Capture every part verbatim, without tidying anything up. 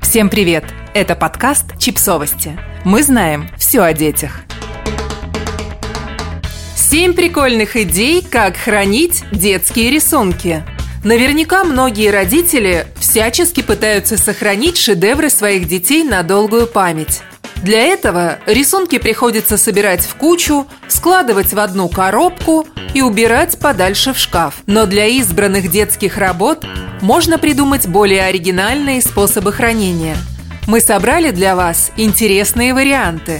Всем привет! Это подкаст «Чипсовости». Мы знаем все о детях. Семь прикольных идей, как хранить детские рисунки. Наверняка многие родители всячески пытаются сохранить шедевры своих детей на долгую память. Для этого рисунки приходится собирать в кучу, складывать в одну коробку и убирать подальше в шкаф. Но для избранных детских работ можно придумать более оригинальные способы хранения. Мы собрали для вас интересные варианты.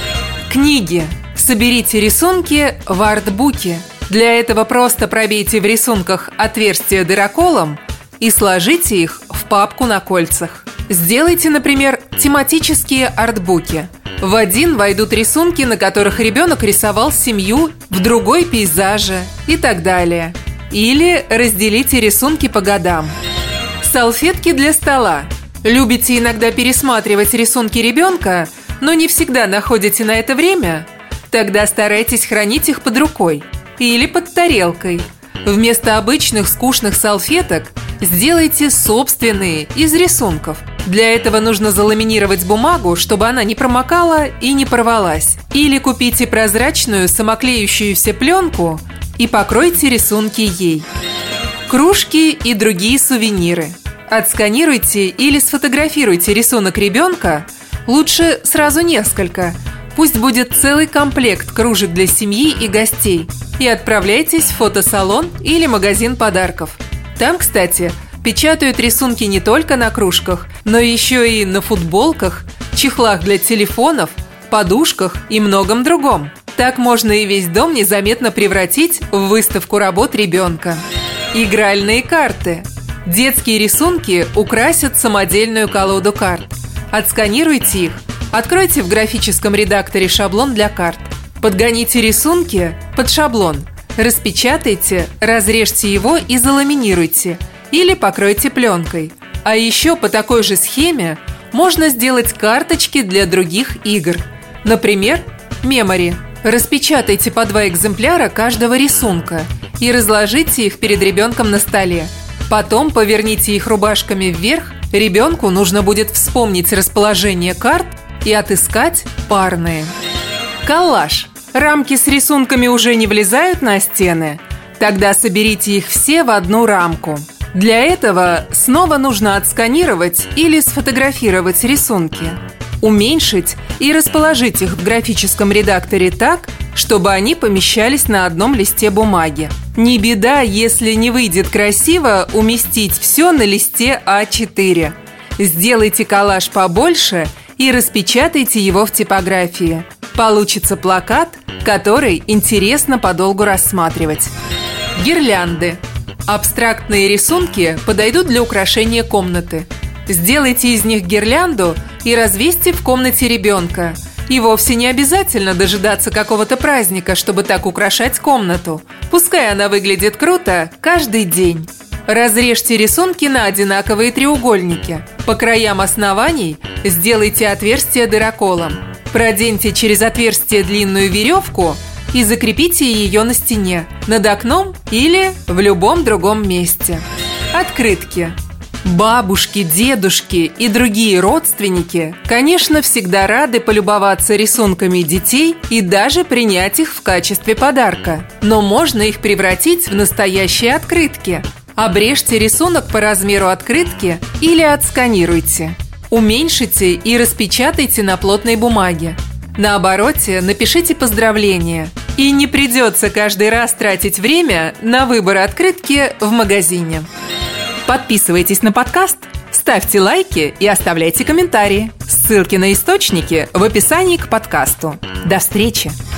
Книги. Соберите рисунки в артбуке. Для этого просто пробейте в рисунках отверстие дыроколом и сложите их в папку на кольцах. Сделайте, например, тематические артбуки. В один войдут рисунки, на которых ребенок рисовал семью, в другой – пейзажи и так далее. Или разделите рисунки по годам. Салфетки для стола. Любите иногда пересматривать рисунки ребенка, но не всегда находите на это время? Тогда старайтесь хранить их под рукой или под тарелкой. Вместо обычных скучных салфеток сделайте собственные из рисунков. Для этого нужно заламинировать бумагу, чтобы она не промокала и не порвалась. Или купите прозрачную самоклеющуюся пленку и покройте рисунки ей. Кружки и другие сувениры. Отсканируйте или сфотографируйте рисунок ребенка, лучше сразу несколько. Пусть будет целый комплект кружек для семьи и гостей. И отправляйтесь в фотосалон или магазин подарков. Там, кстати, печатают рисунки не только на кружках, но еще и на футболках, чехлах для телефонов, подушках и многом другом. Так можно и весь дом незаметно превратить в выставку работ ребенка. Игральные карты. Детские рисунки украсят самодельную колоду карт. Отсканируйте их, откройте в графическом редакторе шаблон для карт. Подгоните рисунки под шаблон. Распечатайте, разрежьте его и заламинируйте. Или покройте пленкой. А еще по такой же схеме можно сделать карточки для других игр. Например, мемори. Распечатайте по два экземпляра каждого рисунка и разложите их перед ребенком на столе. Потом поверните их рубашками вверх. Ребенку нужно будет вспомнить расположение карт и отыскать парные. Коллаж. Рамки с рисунками уже не влезают на стены? Тогда соберите их все в одну рамку. Для этого снова нужно отсканировать или сфотографировать рисунки, уменьшить и расположить их в графическом редакторе так, чтобы они помещались на одном листе бумаги. Не беда, если не выйдет красиво уместить все на листе а четыре. Сделайте коллаж побольше и распечатайте его в типографии. Получится плакат, который интересно подолгу рассматривать. Гирлянды. Абстрактные рисунки подойдут для украшения комнаты. Сделайте из них гирлянду и развесьте в комнате ребенка. И вовсе не обязательно дожидаться какого-то праздника, чтобы так украшать комнату. Пускай она выглядит круто каждый день. Разрежьте рисунки на одинаковые треугольники. По краям оснований сделайте отверстие дыроколом. Проденьте через отверстие длинную веревку и закрепите ее на стене, над окном или в любом другом месте. Открытки. Бабушки, дедушки и другие родственники, конечно, всегда рады полюбоваться рисунками детей и даже принять их в качестве подарка. Но можно их превратить в настоящие открытки. Обрежьте рисунок по размеру открытки или отсканируйте. Уменьшите и распечатайте на плотной бумаге. На обороте напишите поздравления. И не придется каждый раз тратить время на выбор открытки в магазине. Подписывайтесь на подкаст, ставьте лайки и оставляйте комментарии. Ссылки на источники в описании к подкасту. До встречи!